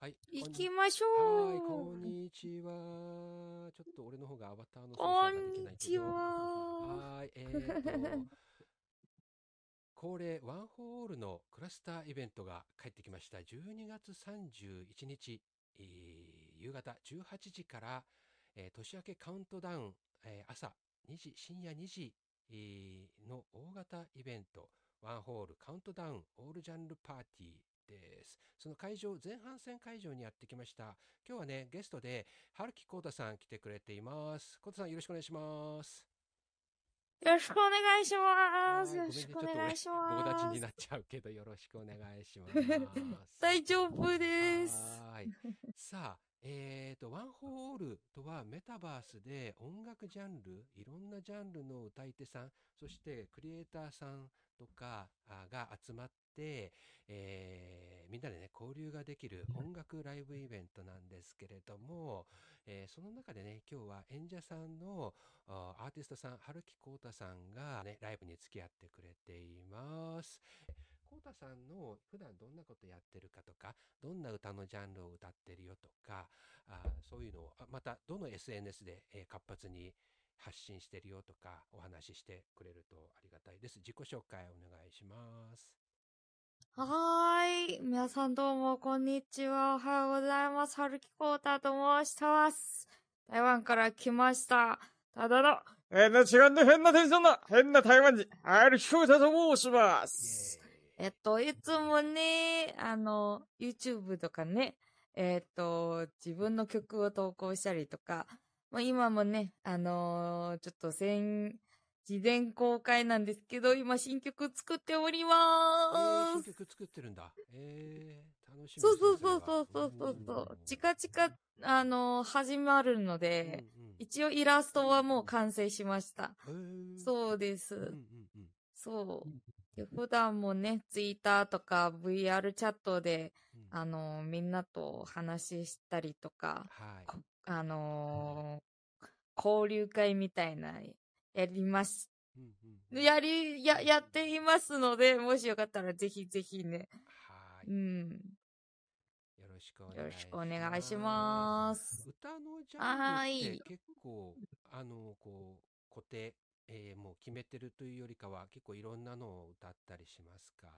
はい、 行きましはい、 ょこんう。 にちは。ちょっと俺の方がアバターの操こん作ができなにちいけど。 は。 はい、恒例ワンホールのクラスターイベントが帰ってきました。12月31日、夕方18時から、年明けカウントダウン、朝2時、深夜2時、の大型イベント、ワンホールカウントダウンオールジャンルパーティーです。その会場、前半戦会場にやってきました。今日はね、ゲストで春木浩太さん来てくれています。浩太さんよろしくお願いします。 よろしくお願いします。 はい、 よろごめんね。ちょっと俺、 しくお願いし棒立ちます。 になっちゃうけど、よろしくお願いします。 大丈夫です。 はーい。さあ、ワンホールとはメタバースで音楽ジャンル、いろんなジャンルの歌い手さん、そしてクリエイターさんとかが集まって、みんなでね、交流ができる音楽ライブイベントなんですけれども、その中でね、今日は演者さんのアーティストさん、春木浩太さんがね、ライブに付き合ってくれています。浩太さんの普段どんなことやってるかとか、どんな歌のジャンルを歌ってるよとか、そういうのを、またどの SNS で、活発に発信してるよとかお話ししてくれるとありがたいです。自己紹介お願いします。 はーい。皆さんどうも、こんにちは。おはようございます。春木コータと申してます。台湾から来ました。ただの、変な違うね、変なテンションな、変な台湾人、春木コータと申します。いつもね、YouTube とかね、自分の曲を投稿したりとか、まあ、今もね、ちょっと事前公開なんですけど、今新曲作っておりま新ーす。 曲作ってるんだ。楽しみそうですね、 そうそうそれは。 そうそうそうそう。近々、始まるのうんうで、 ん。 一応イラストはもう完成しました。 うん。 そうでうんす。 うんうん。 そう。で普段もね、ツイッターとか VR チャットで、 うん。 みんなと話したりとか、 はい。 こあの交流会みたいな、やります。 うんうんうん。 やっていますので、もしよかったらぜひぜひね、 はい。 うん、 よろしくお願よろしくいしお願いします。 ます。 歌のジャンルってはーい。 結構、固定、もう決めてるというよりかは、結構いろんなのを歌ったりしますか？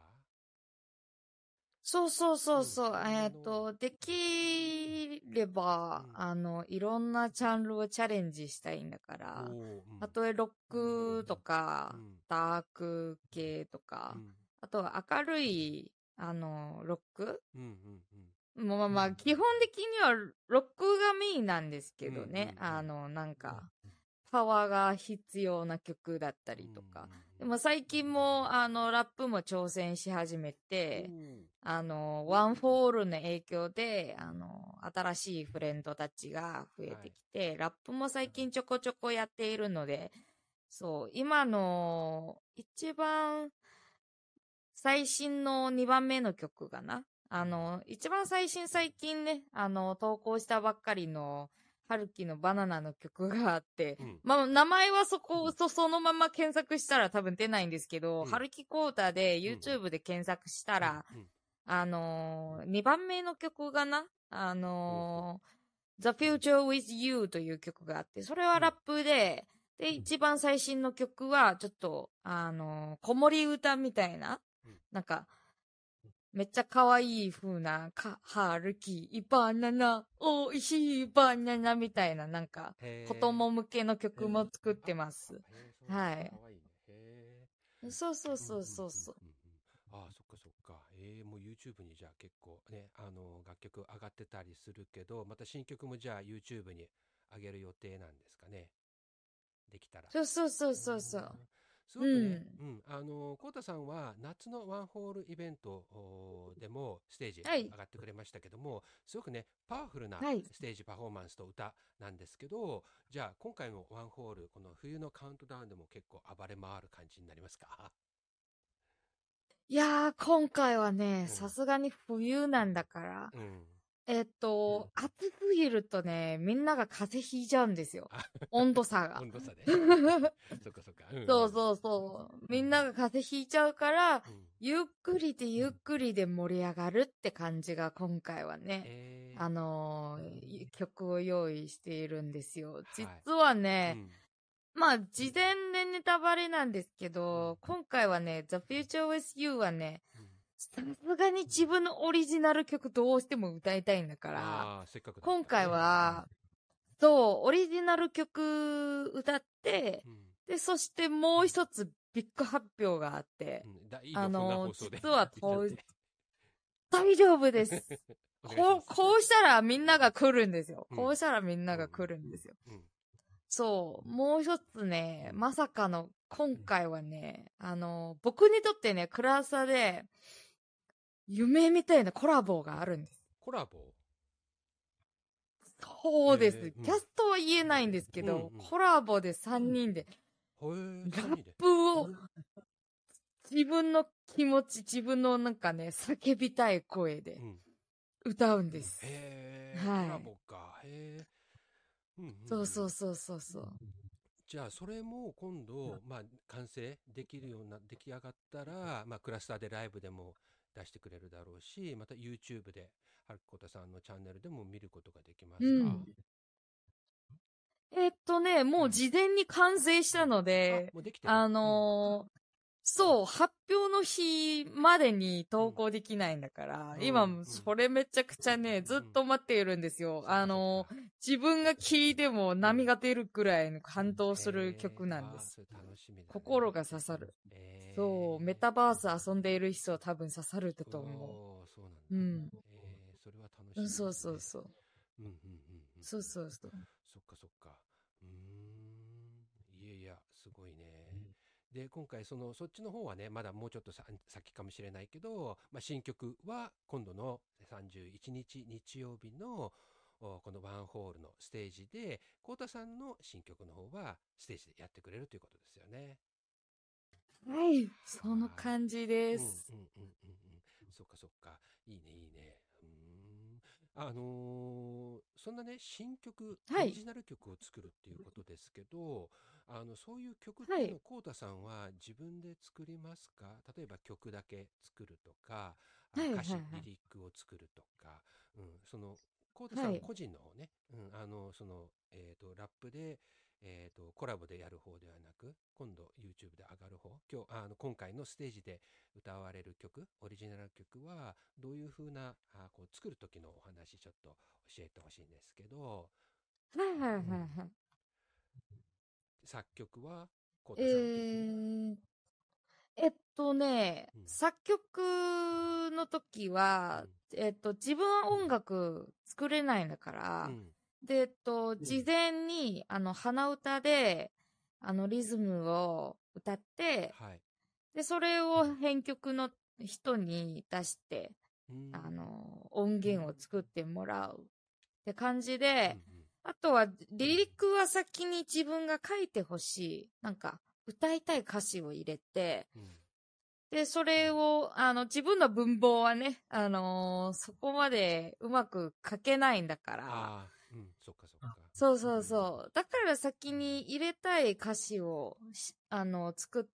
そうそうそうん、 うそう。 どんなの？ できれば、 うん。 いろんなジャンルをチャレンジしたいんだかおら、 ー、うん。 たとえロックとか、 うん。 ダーク系とか、 うん。 あとは明るい、ロックうん。うん。 まあまあ、基本的にはロックがメインなんですうん。うん。 けどね。 うん。 なんか、パワーが必要な曲だったうん。 りとか。 うん。 でも最近も、ラップも挑戦し始めおて、 ー。 ワンフォールの影響で、新しいフレンドたちが増えはい。 てきて、ラップも最近ちょこちょこやっているので、そう、今の一番最新の2番目の曲かな。一番最近ね、投稿したばっかりの、春樹のバナナの曲があって、 うん。 まあ、名前はそのまま検索したら多分出ないんですけど、 うん。 春樹コータでうん。うん。 YouTube で検索したら、 うん。 2番目の曲がな、 ほうほ The Future with You という曲があって、それはう。うん。 ラップで、で、一番最新の曲は、ちょっと、子守歌みたいな、 うん。 なんか、めっちゃ可愛い風な、春きバナナ、美味しいバナナみたいな、なんか、子へ供向けの曲も作っー。 てます。 そんなはい。 可愛いね。へそうそうー。うんそううんうんそうそう。 うんうん。そっかそっか。もう YouTube にじゃあ結構ね、楽曲上がってたりするけど、また新曲もじゃあ YouTube に上げる予定なんですかね。できたら。 そうそうそううーそうそう。 ん。すごくね、 うん。 うん、コウタさんは夏のワンホールイベントでもステージはい。 上がってくれましたけども、すごくね、パワフルなはい。 ステージパフォーマンスと歌なんですけど、じゃあ今回のワンホール、この冬のカウントダウンでも結構暴れ回る感じになりますか？ いやー、今回はね、 うん。 さすがに冬なんだから、 うん。 暑すぎるとね、みんなが風邪ひいちゃうんですよ。 あ、 温度差が。 温度差で。そっかそっか。 そうそうそう。みんなが風邪ひいちゃうから、 うん。 ゆっくりでゆっくりで盛り上がるって感じが今回はね、曲を用意しているんですよ。実はい。 はうね、 ん。 まあ、事前でネタバレなんですけど、今回はね、The Future with You はね、 うん。 さすがに自分のオリジナル曲どうしても歌いたいんだから、 ああ、せっかくだ今回からね。 は、そう、オリジナル曲歌って、 うん。 で、そしてもう一つビッグ発表があって、 うん。いいのこんな放送で。 実は言っちゃって。 大丈夫です。 お願いします。 こうしたらみんなが来るんですよ。 うんこうしたらみんなが来るんですよ。 うん。 そう、もう一つね、 うんまさかの、今回はね、僕にとってね、クラスタで、夢みたいなコラボがあるんです。 コラボ。 そうです。 うんキャストは言えないんですけど、 うんうんコラボで3人で、 へえ、 ラッ三人で。 プを、自分の気持ち、自分のなんかね、叫びたい声でうん。 歌うんです。 へえ、コラはい。 ボか。へえ。うんうんうん。 そうそうそうそうそう。 じゃあ、それも今度、まあ、完成できるような、出来上がったら、まあ、クラスターでライブでも出してくれるだろうし、また YouTube で、はるこたさんのチャンネルでも見ることができますか？ うん。もう事前に完成したのあ、 で、 もうできてる？ そう、発表の日までに投稿できないんだから、今、それめちゃくちゃね、ずっと待っているんですよ。自分が聴いても波が出るくらいの感動する曲なんです。 それ楽しみだね。 心が刺さる。そう、メタバース遊んでいる人は多分刺さるだと思そうなんだ。 う。うん。 それは楽しみですね。 そうそうそう。 うんうんうんうん。 そうそうそう。 そっかそっか。いやいや、すごいね。で、今回そっちの方はね、まだもうちょっと先かもしれないけど、まあ、新曲は今度の31日日曜日のこのワンホールのステージで、コウタさんの新曲の方はステージでやってくれるということですよね。 はい。その感じでうんうんす。 うんうんうん。そっかそっか。いいねいいね。そんなね、新曲、オはい。 リジナル曲を作るっていうことですけど、そういう曲っはい。 ていうのを、こうたさんは自分で作りますか？例えば曲だけ作るとか、 はい。はい。 歌詞、 はい。 リリックを作るとか、こうたさはい。 ん個人の方ね、ラップで、コラボでやる方ではなく、今度 YouTube で上がる方、今回のステージで歌われる曲、オリジナル曲は、どういう風な、作る時のお話、ちょっと教えてほしいんですけど、 はい。はい。はい。 うん、 はい。 作曲は、こうえたさん。 ー、 うん、 作曲の時は、 うん、 自分は音楽作れないんだから、 うん、 で、事前に、鼻歌で、リズムを歌って、 はい。 で、それを編曲の人に出して、 うん、 音源を作ってもらうって感じうん、うで、 ん、 あとは、リリックは先に自分が書いてほしい。なんか、歌いたい歌詞を入れて、 うん。 で、それを、自分の文法はね、そこまでうまく書けないんだから、 ああ、うん、そっかそっか。 そうそうそう。だから先に入れたい歌詞を作って、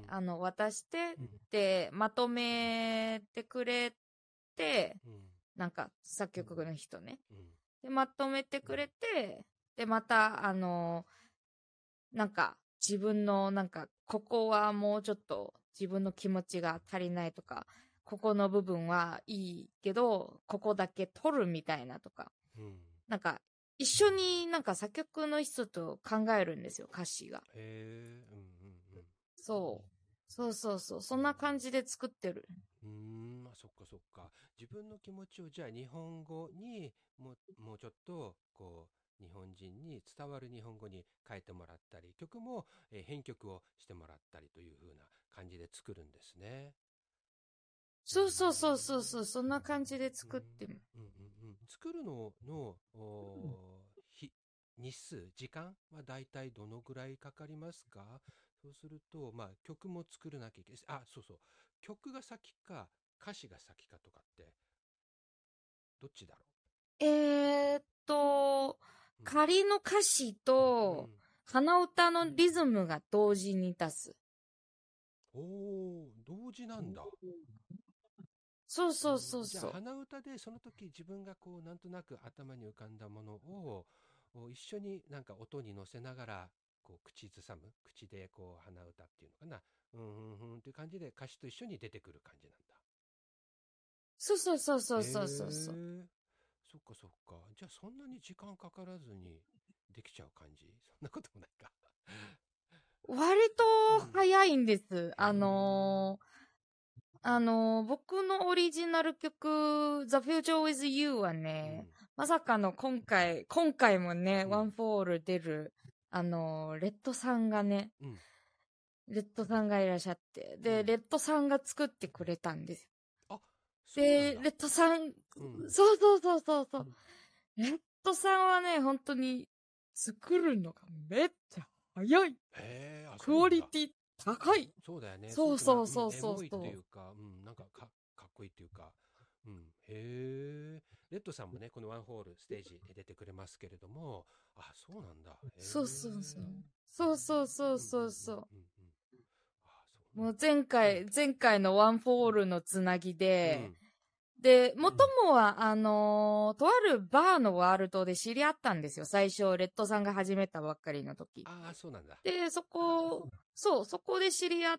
渡して、 うん、 で、まとめてくれて、 うん、 なんか、作曲の人ね。 うん、 で、まとめてくれて、で、また、なんか、自分の、なんか、ここはもうちょっと自分の気持ちが足りないとか、ここの部分はいいけど、ここだけ取るみたいなとか、 うん。 なんか、一緒になんか作曲の人と考えるんですよ、歌詞が。 へえ、うん、うん、うん。 そう。そうそうそう。そんな感じで作ってる。 まあ、そっかそっか。自分の気持ちをじゃあ日本語にもうちょっと日本人に伝わる日本語に変えてもらったり、曲も、編曲をしてもらったりという風な感じで作るんですね。うーそうそうそうん。 そうそう。そんな感じでうーん。 作ってる。 うんうんうん。作るのの、日数、時間はだいたいどのぐらいかかりますか？そうすると、まあ曲も作らなきゃいけない。あ、そうそう。曲が先か歌詞が先かとかってどっちだろ仮の歌詞と、鼻歌のリズムが同時に出す。 おー、同時なんだ。 そうそうそうじゃあそう。 鼻歌でその時自分がこうなんとなく頭に浮かんだものを一緒になんか音に乗せながらこう口ずさむ、口でこう鼻歌っていうのかな、っていう感じで歌詞と一緒に出てくる感じなんだ。 そうそうそうそうそうそうそう。 へー、そっかそっか。じゃあそんなに時間かからずにできちゃう感じ？そんなこともないか。 割と早いんです。 へー、 僕のオリジナル曲、The Future with You はね、まさかの今回もね、One for All 出る、レッドさんがね、レッドさんがいらっしゃって、で、レッドさんが作ってくれたんですよ。 あ、そうなんで、 だ。 レッドさん、そうそうそうそうそう。レッドさんはね、本当に作るのがめっちゃ早い。 へー、あ、 クオリティ高い。 そうだよね。 そうそうそうそうエモいっていうか、なんかかっこいいっていうか、へえ。レッドさんもね、このワンホールステージで出てくれますけれども、あ、そうなんだ。へそうそうそう。そうそうそうそうそう。 あ、そうもうなんだ。 前回のワンフォールのつなぎで、で、もともは、とあるバーのワールドで知り合ったんですよ。最初、レッドさんが始めたばっかりの時。 ああ、そうなんだ。 で、そこで知り合って、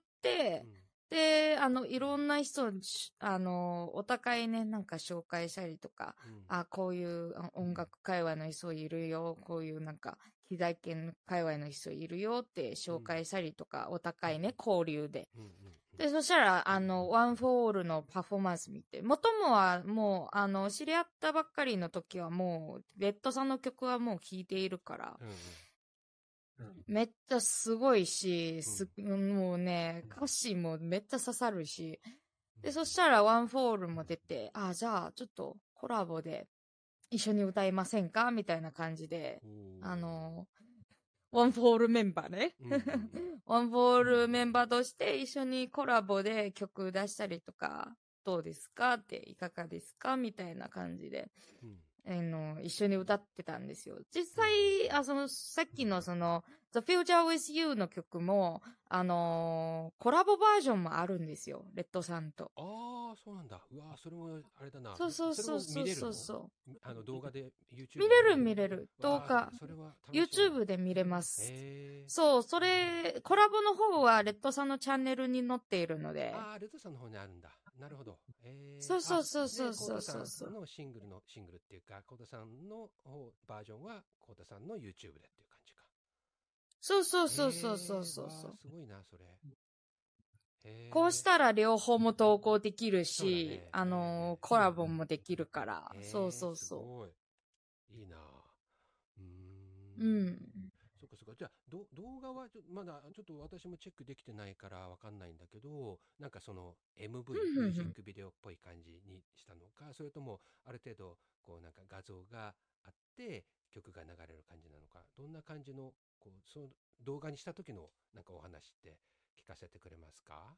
で、いろんな人、お互いね、なんか紹介したりとか、こういう音楽界隈の人いるよ、こういうなんか、機材系界隈の人いるよって紹介したりとか、お互いね、交流で。で、そしたら、ワンフォールのパフォーマンス見て、もともはもう、知り合ったばっかりの時はもう、レッドさんの曲はもう聴いているから、めっちゃすごいし、もうね、歌詞もめっちゃ刺さるし、で、そしたらワンフォールも出て、じゃあ、ちょっとコラボで一緒に歌いませんかみたいな感じで、ワンフォールメンバーね。ワンフォールメンバーとして一緒にコラボで曲出したりとか、どうですかって、いかがですかみたいな感じで、一緒に歌ってたんですよ。実際、さっきのThe Future with You の曲も、コラボバージョンもあるんですよ。レッドさんと。 ああ、そうなんだ。うわー、それもあれだな。 そうそうそうそれも見れるの？ そう。 動画で YouTube で見れる。動画。 それは楽しみ。 YouTube で見れます。そう、コラボの方はレッドさんのチャンネルに載っているので。 レッドさんの方にあるんだ。なるほど。 そうそうそうそうコータさそう。 んのシングルっていうか、コータさんのバージョンはコータさんの YouTube でっていう感じか。 そうそうそうそうそうそう。 すごいな、それ。 こうしたら両方も投稿できるし、コラボもできるから。そうそうそう。すごい。いいな。そっかそっか。じゃあ、動画はまだちょっと私もチェックできてないからわかんないんだけど、なんかその MV、ミュージックビデオっぽい感じにしたのか、それともある程度こうなんか画像があって曲が流れる感じなのか、どんな感じのこうその動画にした時のなんかお話って聞かせてくれますか？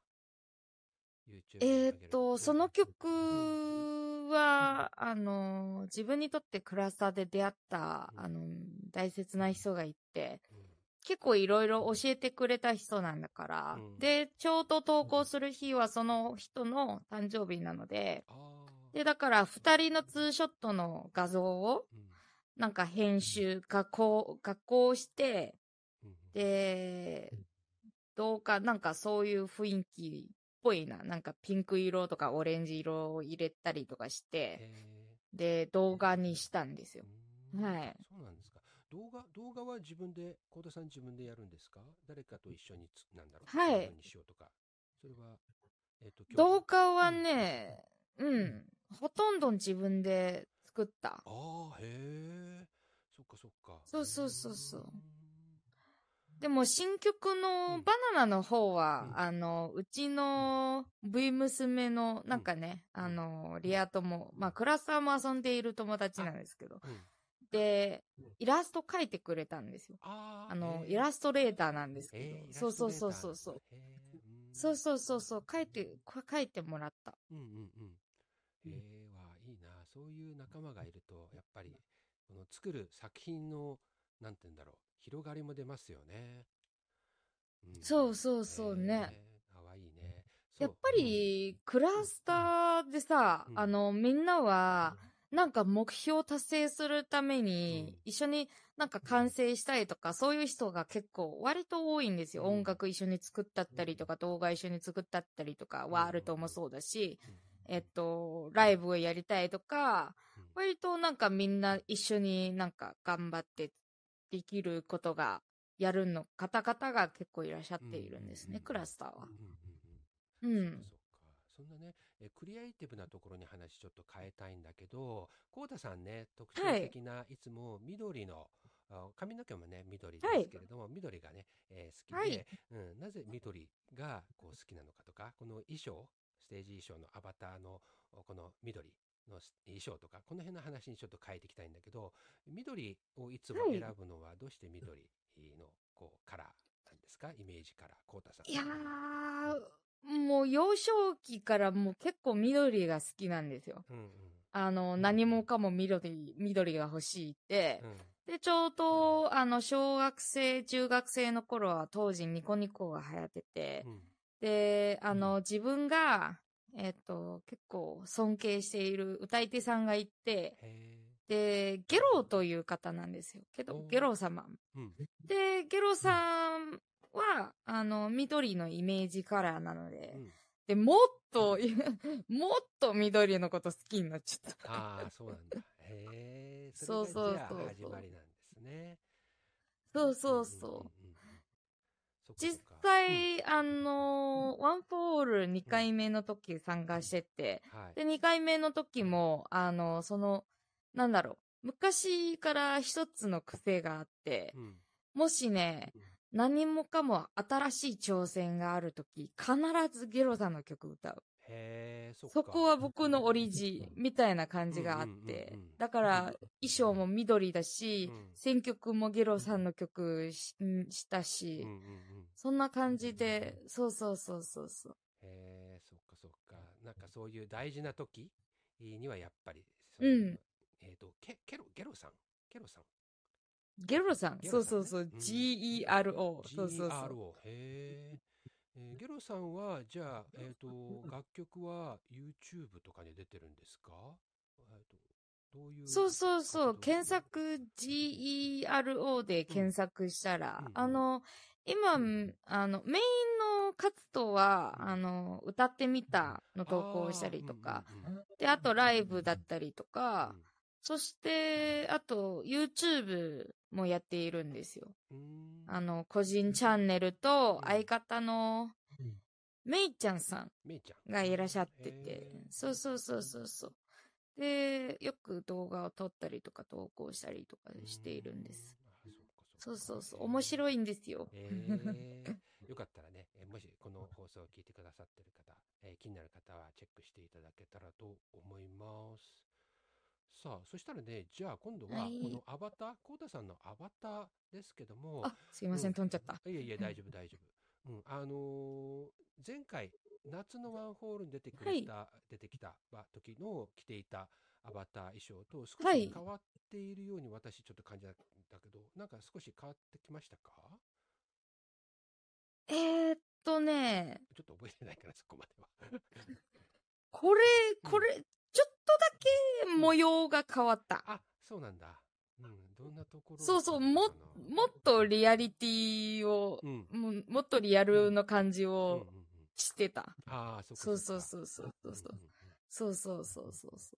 YouTube その曲は、自分にとってクラスターで出会った、大切な人がいて、結構いろいろ教えてくれた人なんだから、で、ちょうど投稿する日はその人の誕生日なので、で、だから二人のツーショットの画像を、なんか加工して、で、どうか、なんかそういう雰囲気っぽいな。なんかピンク色とかオレンジ色を入れたりとかして、で、動画にしたんですよ。はい。 そうなんですか。動画はコーダさん自分でやるんですか？誰かと一緒になんだろう。 はい。 こういう風にしようとか。それは、 動画はね、ほとんど自分で作った。 へえ。そっかそっか。 そうそうそうそう。でも新曲のバナナの方は、うちの V 娘の、なんかね、リア友、まあクラスターも遊んでいる友達なんですけど、で、イラスト描いてくれたんですよ。イラストレーターなんですけど、そうそうそうそうそう。そうそうそうそう、描いてもらった。 いいな。そういう仲間がいると、やっぱ作る作品の、なんて言うんだろう、広がりも出ますよね。 そうそうそうね。 かわいいね。 やっぱり、クラスターでさ、みんなは、なんか目標達成するために、一緒になんか完成したいとか、そういう人が結構割と多いんですよ。音楽一緒に作ったったりとか、動画一緒に作ったったりとか、ワールドもそうだし、ライブをやりたいとか、割となんかみんな一緒になんか頑張ってできることがやるの方々が結構いらっしゃっているんですね、クラスターは。 そっかそっか。そんなね、クリエイティブなところに話ちょっと変えたいんだけど、コウタさんね、特徴的ないつも緑の、髪の毛もね、緑ですけれども、緑がね、好きで、なぜ緑がこう好きなのかとか、この衣装、ステージ衣装のアバターのこの緑の衣装とか、この辺の話にちょっと変えていきたいんだけど、緑をいつも選ぶのはどうして緑のこうカラーなんですか？イメージカラー、コウタさん。 いやー、もう幼少期からもう結構緑が好きなんですよ。何もかも緑が欲しいって。で、ちょうど、小学生、中学生の頃は当時ニコニコが流行ってて、で、自分が、結構尊敬している歌い手さんがいて、で、ゲロという方なんですよ。ゲロ様。で、ゲロさんは、緑のイメージカラーなので、で、もっと緑のこと好きになっちゃった。 ああ、そうなんだ。へえ、それがじゃあ始まりなんですね。 そうそうそう。実際、ワン・フォール2回目の時参加してて、で、2回目の時も、なんだろう、昔から一つの癖があって、もしね、何もかも新しい挑戦があるとき、必ずゲロさんの曲歌う。そこは僕のオリジみたいな感じがあって、だから衣装も緑だし、選曲もゲロさんの曲したし、そんな感じで、そうそうそうそうそう。 そっかそっか。なんかそういう大事な時にはやっぱり、ゲロさんゲロさん、そうそうそう、GERO。そうそうそう。 へゲロさんは、じゃあ、楽曲は YouTube とかに出てるんですか？どういう？ そうそうそう、検索 GERO で検索したら、今、メインの活動は、歌ってみたの投稿したりとか、で、あとライブだったりとか、そして、あと、YouTube もやっているんですよ。個人チャンネルと相方のめいちゃんさんがいらっしゃってて、そうそうそうそうそう。で、よく動画を撮ったりとか投稿したりとかしているんです。そうそうそう。面白いんですよ。 よかったらね、もしこの放送を聞いてくださってる方、気になる方はチェックしていただけたらと思います。さあ、そしたらね、じゃあ今度はこのアバター、コウタさんのアバターですけども。 すいません、飛んじゃった。 いやいや、大丈夫、大丈夫。前回、夏のワンホールに出てきた時の着ていたアバター衣装と少し変わっているように私ちょっと感じたんだけど、なんか少し変わってきましたか？ちょっと覚えてないからそこまでは。 これ、ちょっとだけ模様が変わった。 あ、そうなんだ。どんなところ？ そうそう、もっとリアリティを、もっとリアルの感じをしてた。そうそうそうそうそう。そうそうそうそうそう。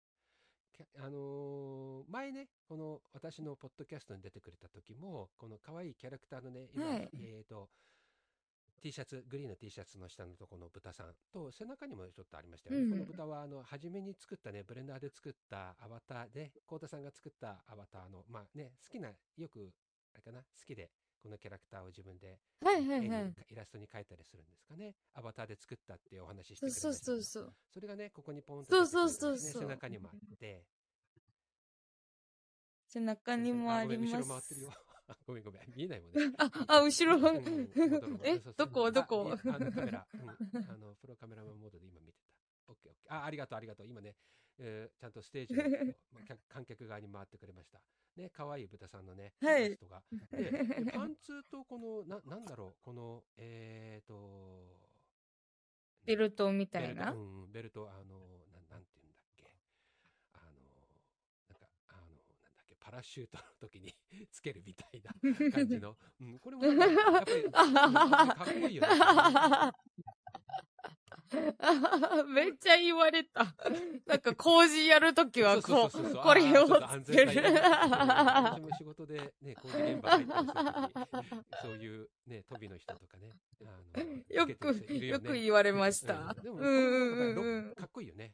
前ね、この私のポッドキャストに出てくれた時も、この可愛いキャラクターのね、今、T シャツ、グリーンの T シャツの下のところの豚さんと背中にもちょっとありましたよね。この豚は初めに作ったね、ブレンダーで作ったアバターで、コウタさんが作ったアバターの、まあね、好きな、よく、あれかな、好きで、このキャラクターを自分で、イラストに描いたりするんですかね。アバターで作ったっていうお話してくれました。それがね、ここにポンと出てくるんですね。背中にもあって。 背中にもあります。 後ろ回ってるよ。ごめん。見えないもんね。 後ろ。どこカメラ。プロカメラマンモードで今見てた。オッケー。ありがとう。今ね、 ちゃんとステージの観客側に回ってくれました。ね、可愛い豚さんのね、 はい。 イラストが。で、パンツとこの、なんだろう、この、 ベルトみたベルト、 いな。 ベルト、なんて言うんだっけ。なんだっけ、パラシュートの時につけるみたいな感じの。これもなんか、やっぱり、かっこいいよね、これね。 めっちゃ言われた。なんか工事やるときはこう、これを安つける。 全帯ね。私も仕事でね、工事現場入ったりするときに、そういうね、飛びの人とかね、つけてる人いるよよくね。 言われました。 でも、これもやっぱりかっこいいよね。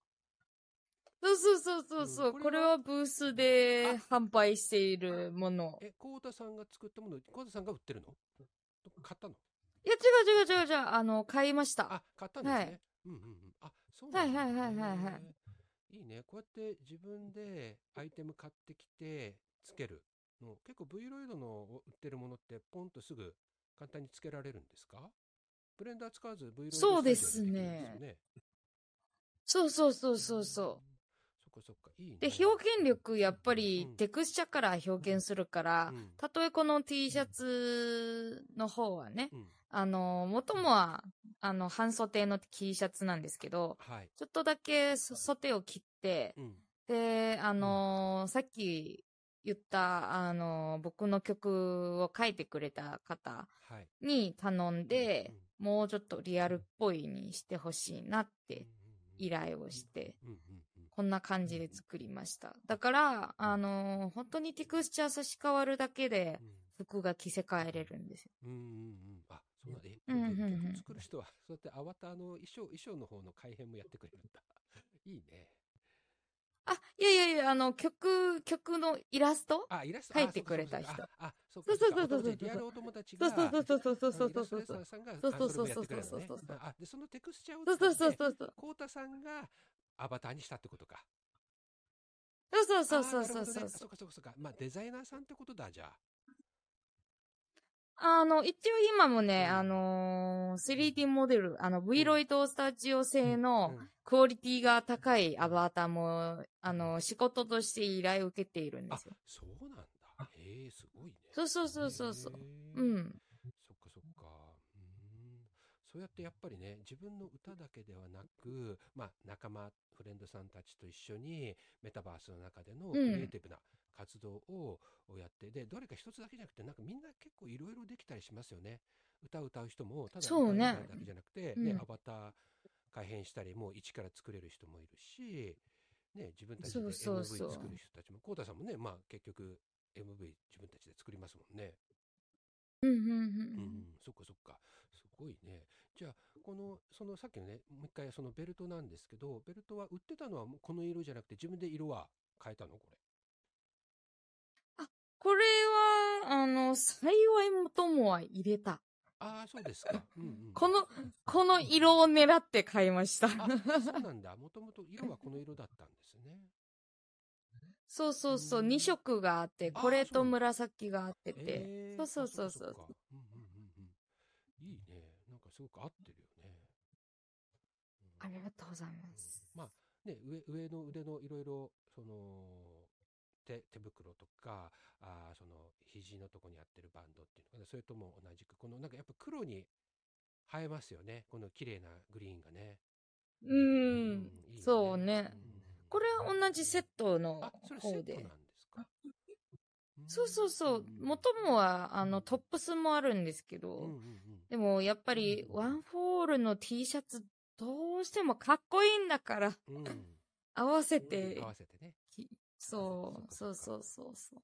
そう。これはブースで販売しているもの。 コウタさんが作ったもの、コウタさんが売ってるの？買ったの？ いや、違う。買いました。 買ったんですね。そうなんだ。 はい。 いいね。こうやって自分でアイテム買ってきてつけるの。結構 V ロイドの売ってるものってポンとすぐ簡単につけられるんですか？ブレンダー使わず V ロイドそうでスタジオでできるんですすね。 よね。 そう。 そっか、いいね。 で、表現力、やっぱりテクスチャから表現するから、たとえこの T シャツの方はね、元もは、半袖の T シャツなんですけど、ちょっとだけ袖を切って、で、さっき言った、僕の曲を書いてくれた方に頼んで、もうちょっとリアルっぽいにしてほしいなって依頼をして、こんな感じで作りました。だから、本当にテクスチャー差し替わるだけで、服が着せ替えれるんですよ。 あ、そうなんで、曲作る人は、そうやってアバターの衣装の方の改変もやってくれるんだ。いいね。 いや、曲のイラスト描いてくれた人。 そうリアルお友達が、イラストレーサーさんが、それもやってくれるのね。で、そのテクスチャーを使って、コウタさんがアバターにしたってことか。 そう。 そうか。まあ、デザイナーさんってことだ、じゃあ。 一応今もね、3D モデル、V ロイドスタジオ製のクオリティが高いアバターも、仕事として依頼を受けているんですよ。 そうなんだ。すごいね。 そう。 そっか。そうやってやっぱりね、自分の歌だけではなく、まあ、仲間、フレンドさんたちと一緒に、メタバースの中でのクリエイティブな活動をやって、で、どれか一つだけじゃなくて、なんかみんな結構いろいろできたりしますよね。歌う人も、ただ歌うだけじゃなくて、アバター改変したり、もう一から作れる人もいるし、ね、自分たちで MV 作る人たちも、コウタさんもね、まあ結局 MV 自分たちで作りますもんね。そっか。すごいね。じゃあ、そのさっきのね、もう一回そのベルトなんですけど、ベルトは売ってたのはこの色じゃなくて自分で色は変えたのこれ？ これは、幸いもともは入れた。 そうですか。 この色を狙って買いました。 そうなんだ。もともと色はこの色だったんですね。 そう。2色があって、これと紫があってて。そう。 いいね。なんかすごく合ってるよね。 ありがとうございます。 まあね、上の腕のいろいろ、手袋とか、その肘のとこに合ってるバンドっていうのかな、それとも同じく、なんかやっぱ黒に映えますよね。この綺麗なグリーンがね。 いいそうね。これは同じセットのそれ方で。 セットなんですか？ そう。元もは、トップスもあるんですけど、でもやっぱり、ワンフォールの T シャツ、どうしてもかっこいいんだから、合わせてね。そう。 なるほどね。そっか。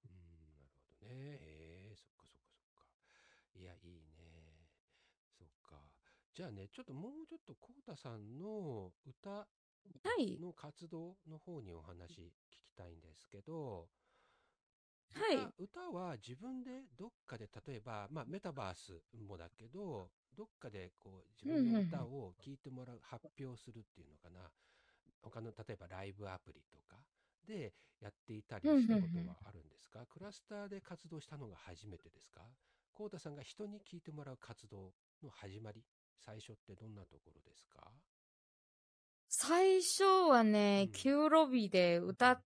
いや、いいね。そっか。じゃあね、もうちょっとコウタさんの歌の活動の方にお話聞きたいんですけど、歌は自分でどっかで、例えば、まあ、メタバースもだけど、どっかでこう自分の歌を聴いてもらう、発表するっていうのかな。他の、例えばライブアプリとかでやっていたりしたことはあるんですか？クラスターで活動したのが初めてですか？コウタさんが人に聴いてもらう活動の始まり、最初ってどんなところですか？ 最初はね、 うん 9ロビで歌って、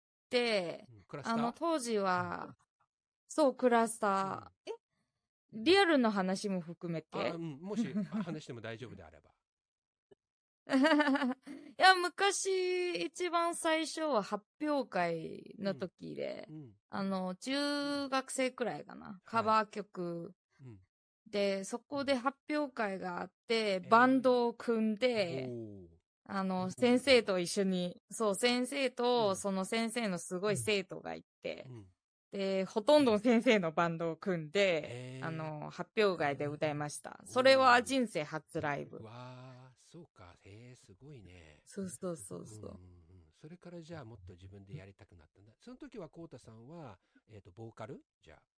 クラスター当時は、そう、クラスター。リアルの話も含めてもし話しても大丈夫であれば。 いや、昔、一番最初は発表会の時で、中学生くらいかな。カバー曲で、そこで発表会があって、バンドを組んで、先生と一緒に、そう、先生と、その先生のすごい生徒がいて、で、ほとんど先生のバンドを組んで、発表会で歌いました。それは人生初ライブ。 わあ、そうか。すごいね。 そうそうそうそう。 それからじゃあもっと自分でやりたくなったんだ。その時はこうたさんは、ボーカルじゃあ。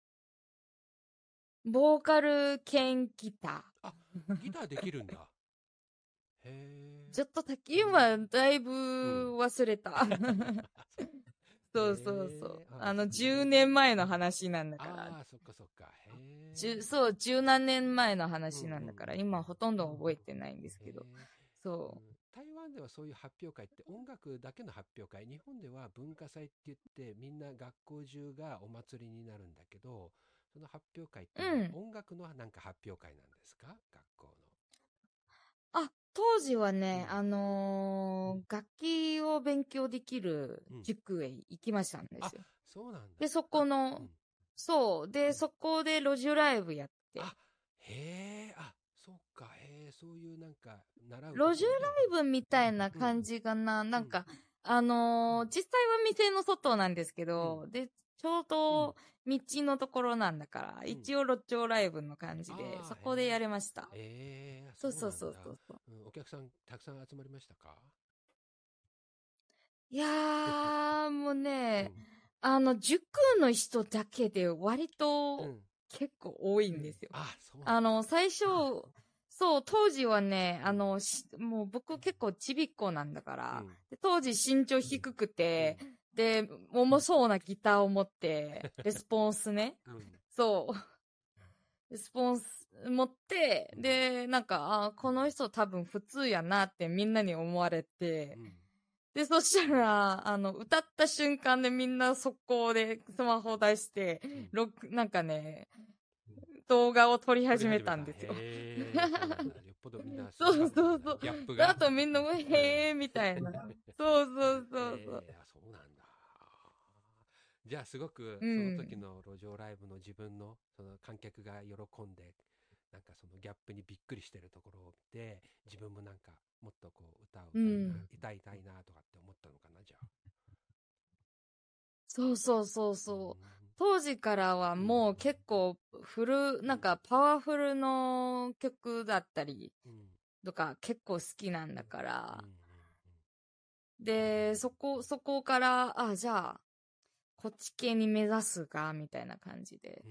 ボーカル兼ギター。あ、ギターできるんだ。へえ。 ちょっと今、だいぶ忘れた。そうそうそう。10年前の話なんだから。 ああ、そっかそっか。 そう、十何年前の話なんだから、今ほとんど覚えてないんですけど。そう。 台湾ではそういう発表会って音楽だけの発表会、日本では文化祭って言ってみんな学校中がお祭りになるんだけど、その発表会って音楽のなんか発表会なんですか、学校の。 当時はね、楽器を勉強できる塾へ行きましたんですよ。 そうなんだ。 で、そこの、そう。で、そこで路地ライブやって。 そうか。そういうなんか、習う。 路地ライブみたいな感じかな。なんか、実際は店の外なんですけど、で、ちょうど道のところなんだから、一応路上ライブの感じで、そこでやれました。そうそうそうそう。 お客さんたくさん集まりましたか？ いやー、もうね、塾の人だけで割と結構多いんですよ。最初、そう、当時はね、もう僕結構ちびっこなんだから、当時身長低くて、で、重そうなギターを持って、レスポンスね。そう。レスポンス持って、で、なんか、この人多分普通やなってみんなに思われて、で、そしたら、歌った瞬間でみんな速攻でスマホ出して、なんかね、動画を撮り始めたんですよ。 よっぽどみんなそうそうそう。 ギャップが。 あとみんな、へーみたいな。そうそうそうそう。 そうなんだ。じゃあすごくその時の路上ライブの自分のその観客が喜んで、なんかそのギャップにびっくりしてるところを見て、自分もなんかもっとこう歌を歌いたいなとかって思ったのかな、じゃあ。 そうそうそうそう。当時からはもう結構なんかパワフルの曲だったりとか結構好きなんだから。で、そこから、じゃあ、こっち系に目指すか、みたいな感じで。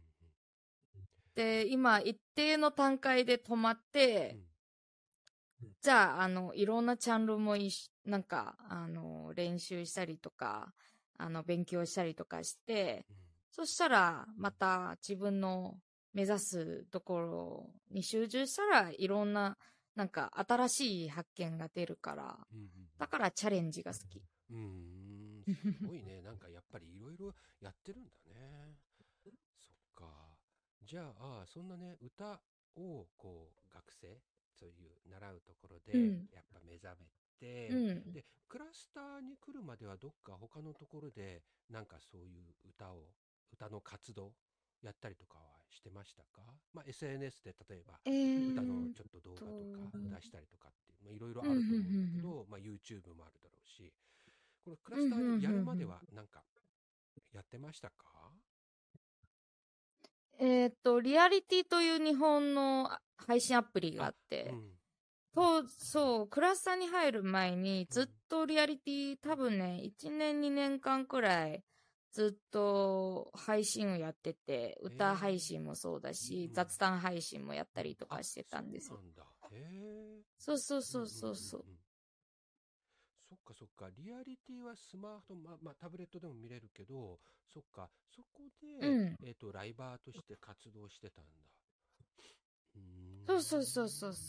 で、今、一定の段階で止まって、じゃあ、いろんなチャンネルもなんか、練習したりとか、勉強したりとかして、そしたら、また自分の目指すところに集中したらいろんな、なんか新しい発見が出るから、だからチャレンジが好き。 すごいね。なんかやっぱりいろいろやってるんだね。そっか。じゃあ、そんなね、歌をこう、学生、そういう習うところで、やっぱ目覚めて、で、クラスターに来るまではどっか他のところで、なんかそういう歌の活動やったりとかはしてましたか？まあ、SNS で例えば、歌のちょっと動画とか出したりとかっていう、まあ、いろいろあると思うんだけど、まあ、YouTube もあるだろうし、このクラスターにやるまではなんかやってましたか？ リアリティという日本の配信アプリがあって、そう、クラスターに入る前にずっとリアリティ、多分ね、1年2年間くらいずっと配信をやってて、歌配信もそうだし、雑談配信もやったりとかしてたんですよ。そうそうそうそうそう。 そっかそっか。リアリティはスマート、まあ、タブレットでも見れるけど、そっか、そこで、ライバーとして活動してたんだ。 そうそうそうそうそう。 そ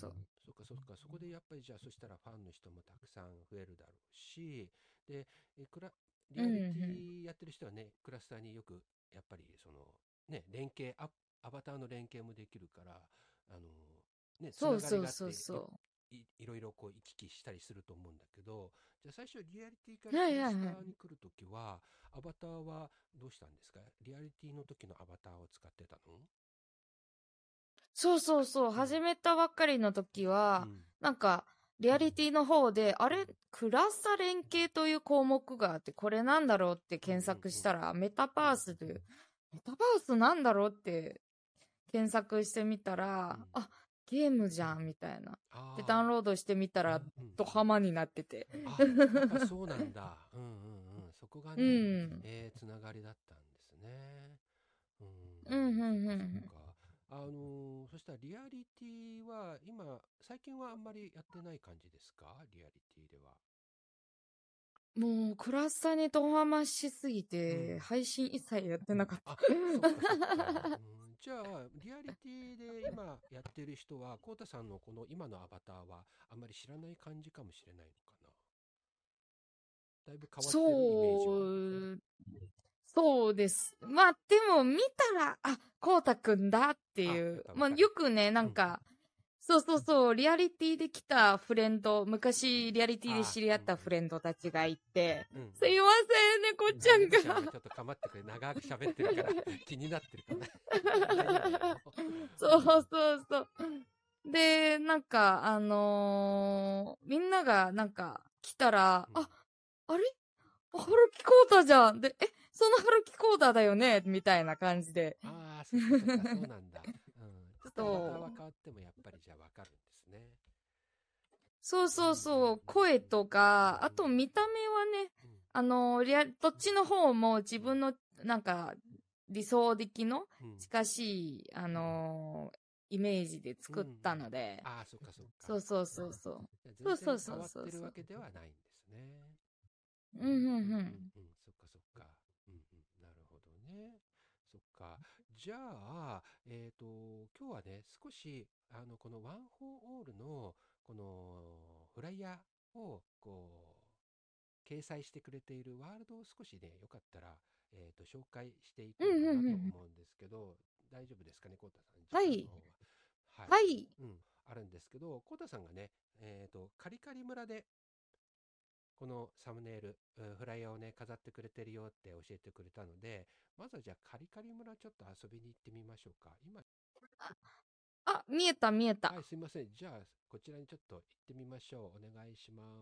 そっかそっか。そこでやっぱりじゃあそしたらファンの人もたくさん増えるだろうし、で、えクラリうん、 アリテうん。 ィやってる人はね、クラスターによくやっぱりね、連携、アバターの連携もできるから、あのね、つながりそうそうがあってそうそいろいろこう行き来したりすると思うんだけど、じゃあ最初リアリティかう。 らクラスタはいはいはい。 ーに来るときは、アバターはどうしたんですか？リアリティの時のアバターを使ってたの？ そうそうそう。 うん。 始めたばっかりの時は、 うん。 なんか、リアリティの方で、あれ、クラスタ連携という項目があって、これなんだろうってうん。うん。 検索しうん。 たら、メタバースという、メタバースなんだろうって検索してみたら、 うん。 あ、ゲームじゃん、みたいな。で、ダウンああ。 ロードしてみたら、 うん。うん。 ドハマになってて。 あ、やっぱそうなんだ。うん。うん。うん。そこがうね、 ん。 つながりだったんですね。うん。 うん、うん、 そっかそっうん。 か。そしたらリアリティは今、最近はあんまりやってない感じですか？リアリティでは。 もう、クラスターにドハマしすぎうん。 て、配信一切やってなかっあ、 た。 そっかそっか。うん、じゃあ、リアリティで今やってる人は、コウタさんのこの今のアバターはあんまり知らない感じかもしれないのかな。だいぶ変わってるイメージは。 そう、そうです。まあ、でも見たら、あ、こうたくんだってあ、 いう。まあ、 やっぱわかる。 よくね、なうん。 んか、そうそうそう、リアリティで来たフレンド、昔リアリティであ、 知り合ったうんフレンドたちがいて、 うん。うんうん。 すいません、猫ちゃあ、 ん猫ちゃんがが。 ちょっと構ってくれ。長く喋ってるから気になってるかな。大丈夫だよ。 そうそうそう。で、なんか、みんながなんか来たら、 うん。 あ、あれハルキコータじゃん。で、そのハルキコータだよねみたいな感じで。 ああ、そっかそっか、そうなんだ。うん。ちょっとアバターはそう。 変わってもやっぱりじゃあわかるんですね。 そううんうんそうそう。声とか、あうんと見た目はね、 うんどっちの方も自分の、なんか、理想的のうんうん近しい、イメージでうんうん。 作ったので。 ああ、そっかそっか。 そうそうそうそう。 じゃあ全そうそう然変そうわってるそうそう。 わけではないんですね。 うんうんうんうんうん。 うん。そっかそっか。うんうん。なるほどね。そっか。じゃあ、今日はね、少し、このワン・フォー・オールの、この、フライヤーを、掲載してくれているワールドを少しね、よかったら、紹介していこうかうんうんなと思うん。 うんですけど、大丈夫ですかね、コウタさん、時はい。 間の方は。はい。 はい。 うん、あるんですけど、コウタさんがね、カリカリ村で、このサムネイル、フライヤーをね、飾ってくれてるよって教えてくれたので、まずはじゃあカリカリ村ちょっと遊びに行ってみましょうか。今、 あ、見えた見えた。 はい、すいません。じゃあ、こちらにちょっと行ってみましょう。お願いします。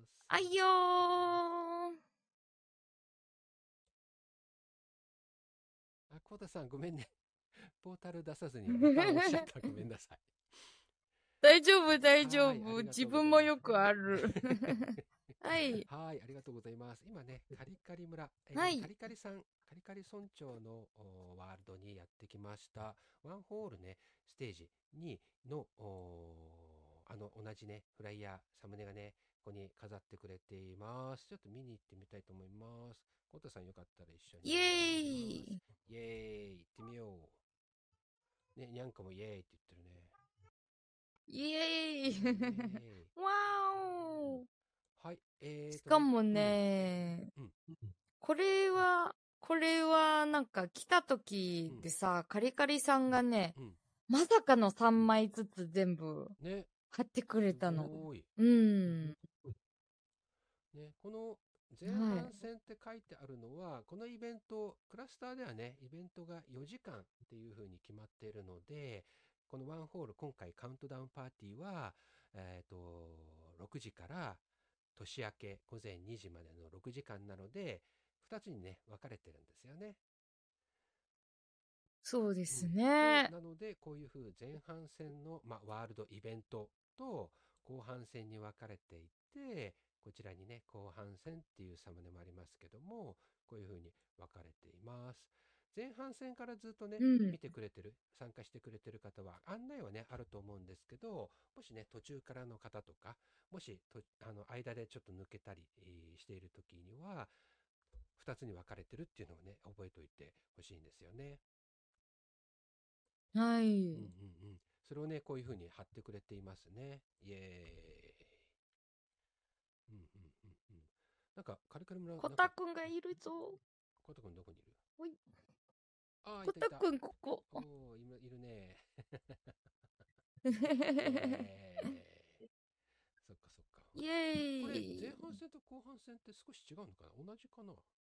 あいよー。 あ、コウタさん、ごめんね。ポータル出さずにボタン押しちゃった。ごめんなさい。 大丈夫、大丈はい、あ夫。 りが自とうございます。 分もよくある。はい。 はい、ありがとうございます。今ね、カリカリ村、 はい。 カリカリさん、カリカリ村長のワールドにやってきました。ワンホールね、ステージにの、同じね、フライヤー、サムネがね、ここに飾ってくれています。ちょっと見に行ってみたいと思います。コウタさんよかったら一緒にイエお願いします。 ーイ。 イエーイ、行ってみよう。ね、にゃんこもイエーイって言ってるね。 イエーイ。 イエーイ。 わーお。 はい、 しかもうん、 ね、 うん、 これはなんか来た時うん、 でさ、カリカリさんがね、 うん。 まさかの3枚ずつ全部ね、 貼ってくれすたの。 ごーい。 うん。 ね、この前はい。 半戦って書いてあるのは、このイベント、クラスターではね、イベントが4時間っていう風に決まっているので、このワンホール、今回カウントダウンパーティーは、6時から年明け午前2時までの6時間なので、2つにね、分かれてるんですよね。 そうですうん、で、 ね。 なので、こういう風前半戦の、ワールドイベントと後半戦に分かれていて、こちらにね、後半戦っていうサムネもありますけども、こういう風に分かれています。前半戦からずっとね、 うん。 見てくれてる、参加してくれてる方は、案内はね、あると思うんですけど、もしね、途中からの方とか、もしと、間でちょっと抜けたり、している時には、2つに分かれてるっていうのをね、覚えておいてほしいんですよね。 はい。 うんうんうん。 それをね、こういう風に貼ってくれていますね。イエーイ。うんうんうんうん。なんか、カリカリ村、 コなんか、 タくんがいるぞ。 コタくんどこにいる？ おい、 ああ、いたいた。 コタくんここ。 おー、今いるね。イエーイ。そっかそっか。 イエこれ、 ーイ。 前半戦と後半戦って少し違うのかな？同じかな？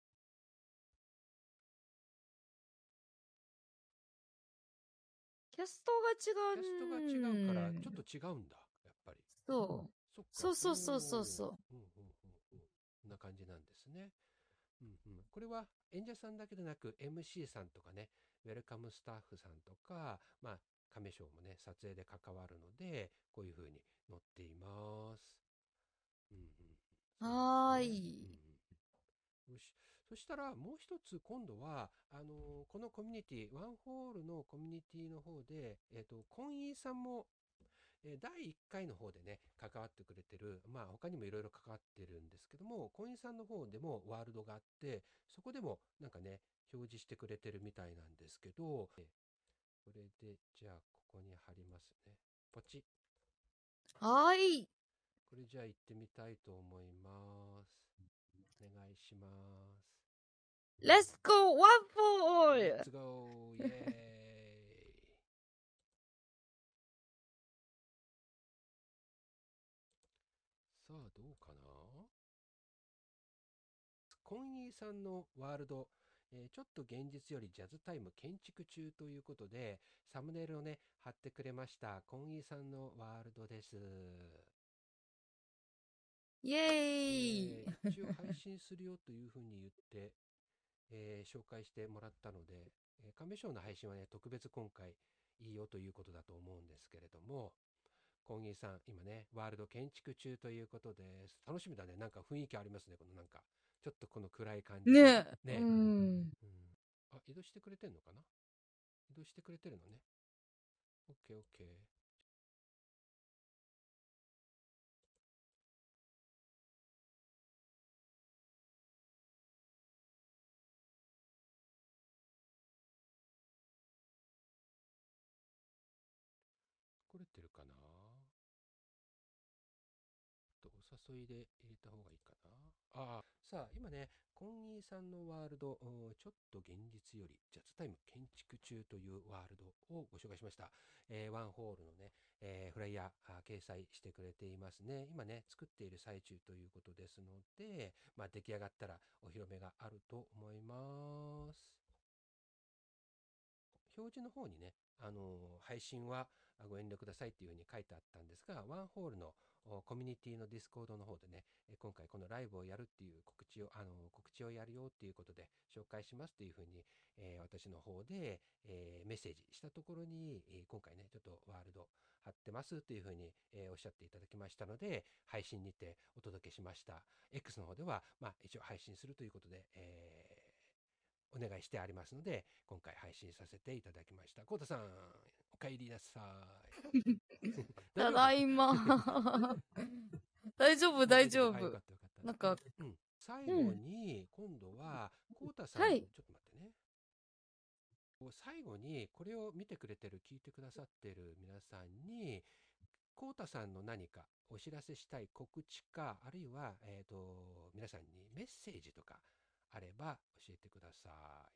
キャストが違キャストが違うから、ちょっと違うんだ。やっぱり。 そう。 そっか。 そうそうそうそうそう。 うんうんうんうん。こんな感じなんですね。うんうん、これは演者さんだけでなく MC さんとかね、ウェルカムスタッフさんとか、まあ、亀賞もね、撮影で関わるので、こういう風に載っています。うんうん、そうなんですね。 はーい。 よし。そしたらもう一つ今度は、このコミュニティ、ワンホールのコミュニティの方で、コンイーさんも第1回の方でね、関わってくれてる、まあ他にもいろいろ関わってるんですけども、コインさんの方でもワールドがあって、そこでもなんかね、表示してくれてるみたいなんですけど、これで、じゃあここに貼りますね。ポチ。 はーい。 これじゃあ行ってみたいと思います。お願いします。 Let's go one for レッ all! ツゴーイエーイ。さあ、どうかな？コンイーさんのワールド、ちょっと現実よりジャズタイム建築中ということで、サムネイルをね、貼ってくれました。コンイーさんのワールドです。 イエーイ。 一応配信するよというふうに言って、紹介してもらったので、亀賞の配信はね、特別今回いいよということだと思うんですけれども、コンギーさん、今ね、ワールド建築中ということです。楽しみだね。なんか雰囲気ありますね。このなんか、ちょっとこの暗い感じで。 ねえ。 ね。 うん。 うん。あ、移動してくれてんのかな？移動してくれてるのね。オッケーオッケー。来れてるかな？お誘いで入れた方がいいかな。ああ、さあ、今ね、コンギーさんのワールド、ちょっと現実よりジャズタイム建築中というワールドをご紹介しました。ワンホールのね、フライヤー掲載してくれていますね。今ね、作っている最中ということですので、まあ、出来上がったらお披露目があると思います。表示の方にね、配信はご遠慮くださいっていうふうに書いてあったんですが、ワンホールのコミュニティのディスコードの方でね、今回このライブをやるっていう告知をやるよっていうことで紹介しますっていうふうに、私の方で、メッセージしたところに、今回ね、ちょっとワールド貼ってますっていうふうに、おっしゃっていただきましたので、配信にてお届けしました。X の方では、まあ、一応配信するということで、お願いしてありますので、今回配信させていただきました。コウタさん、お帰りなさい。大た丈夫？ だいま。大丈夫、大丈あ、よか夫。 ったよかった。 なんか、 うん。最後うん。 に、今度は、コウタさん、 はい。 ちょっと待ってね。最後に、これを見てくれてる、聞いてくださってる皆さんに、コウタさんの何かお知らせしたい告知か、あるいは、皆さんにメッセージとかあれば教えてくださ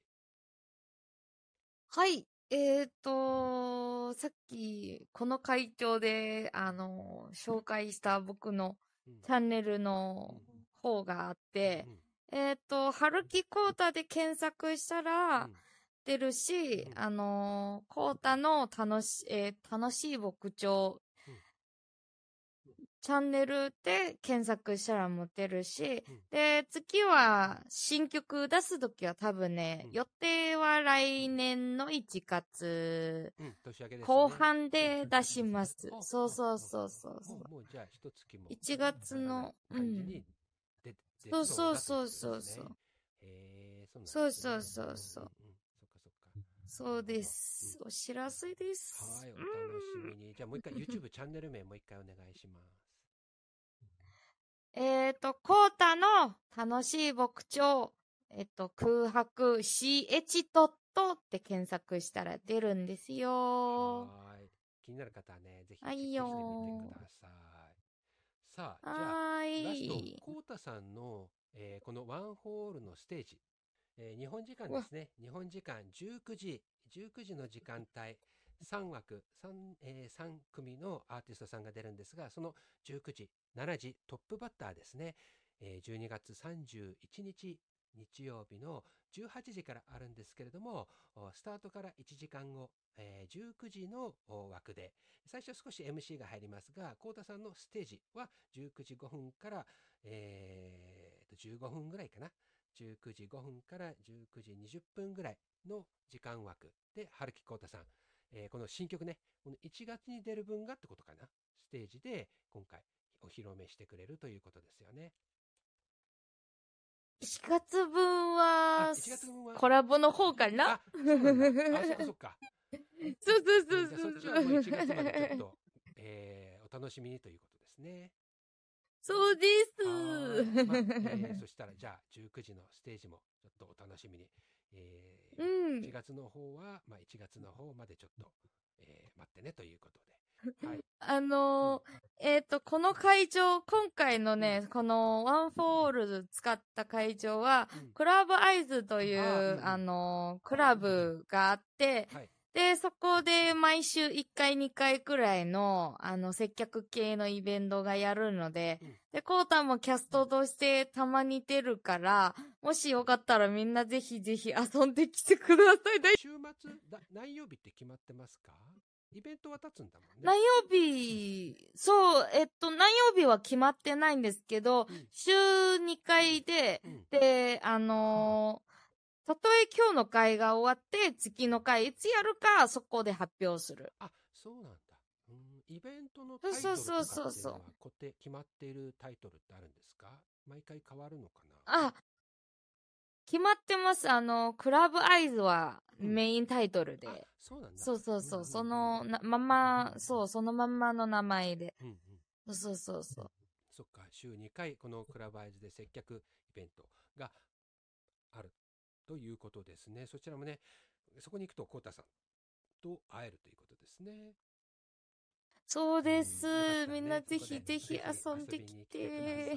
はい。さっき、この会長で、紹介した僕のい。うん。 チャンネルうのん。 方があっうん。うて、 ん。 春木コータで検索したらうん出るし、 うんコータの楽しい牧場うんチャンネルで検索したら持てるし、 うんで、次は新曲出すときは多分ね、 うん予定は来年の1月うん、年明けですね。 後半で出します。 あそうそうそうそうそう。 もうじゃあ一月も 1月の、 経たない感じに出そうそうだというそうそうことですね。 そうそう。 そうなんそうですね。 そうそうそう。 そっかそっか。 そうでなるほす。お知らせでど。 す。 はい、お楽しみに。じゃあもう一回 YouTube チャンネル名もう一回お願いします。 コータの楽しい牧場、空白 CH ドットって検索したら出るんですよ。 はーい。 気になる方はね、ぜひチェックはいしてみてよください。さあ、 ー。 じゃあ、 はラスト、 ーい。 コータさんの、このワンホールのステージ、日本時間うわ、 ですね。日本時間19時の時間帯、3枠、3組のアーティストさんが出るんですが、その19時、7時、トップバッターですね。12月31日、日曜日の18時からあるんですけれども、スタートから1時間後、19時の枠で、最初少し MC が入りますが、コウタさんのステージは19時5分から、15分ぐらいかな。19時5分から19時20分ぐらいの時間枠で、春木浩太さん、この新曲ね、この1月に出る分がってことかな、ステージで今回お披露目してくれるということですよね。 1月分は、 1月分はコラボの方かな。 そうなんだ。そっかそっか。 そうそうそうじゃあそっちそう。 はもう1月までちょっと、お楽しみにということですね。 そうでそしたらじゃあ19時のステージもちょっとお楽しみに。 す。うん。 1月の方は、1月の方までちょっと、待ってねということで。はい。 この会場、今回のね、このワンフォール使った会場は、クラブアイズという、クラブがあって、 はい。 で、そこで毎週1回2回くらいの、接客系のイベントがやるので、で、コータもキャストとしてたまに出るから、もしよかったらみんなぜひぜひ遊んできてください。 週末何曜日って決まってますか？イベントは立つんだもんね。 何曜日、そう、何曜日は決まってないんですけど、週2回で、で、たとえ今日の会が終わって、次の会いつやるか、そこで発表する。 そうなんだ。イベントのタイトルとかっていうのは決まっているタイトルってあるんですか？毎回変わるのかな？ 決まってます。クラブアイズはメインタイトルで。 そうなんだ。 そうそうそう。そのままの名前で。そうそうそう。 そっか、週2回このクラブアイズで接客イベントがあるということですね。そちらもね、そこに行くとコウタさんと会えるということですね。 そうです。みんなぜひぜひ遊んできて。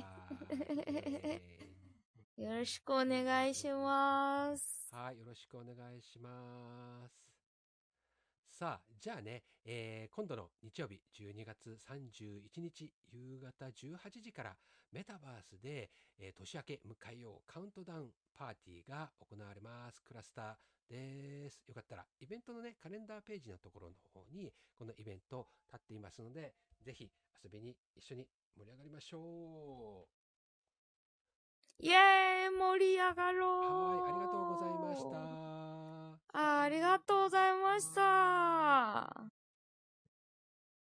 よろしくお願いします。 はい、よろしくお願いします。さあ、じゃあね、今度の日曜日12月31日夕方18時からメタバースで、年明け迎えようカウントダウンパーティーが行われます。クラスターです。よかったらイベントのね、カレンダーページのところの方にこのイベント立っていますので、ぜひ遊びに一緒に盛り上がりましょう。イエーイ、盛り上がろう。 はい、ありがとうございました。 ありがとうございました。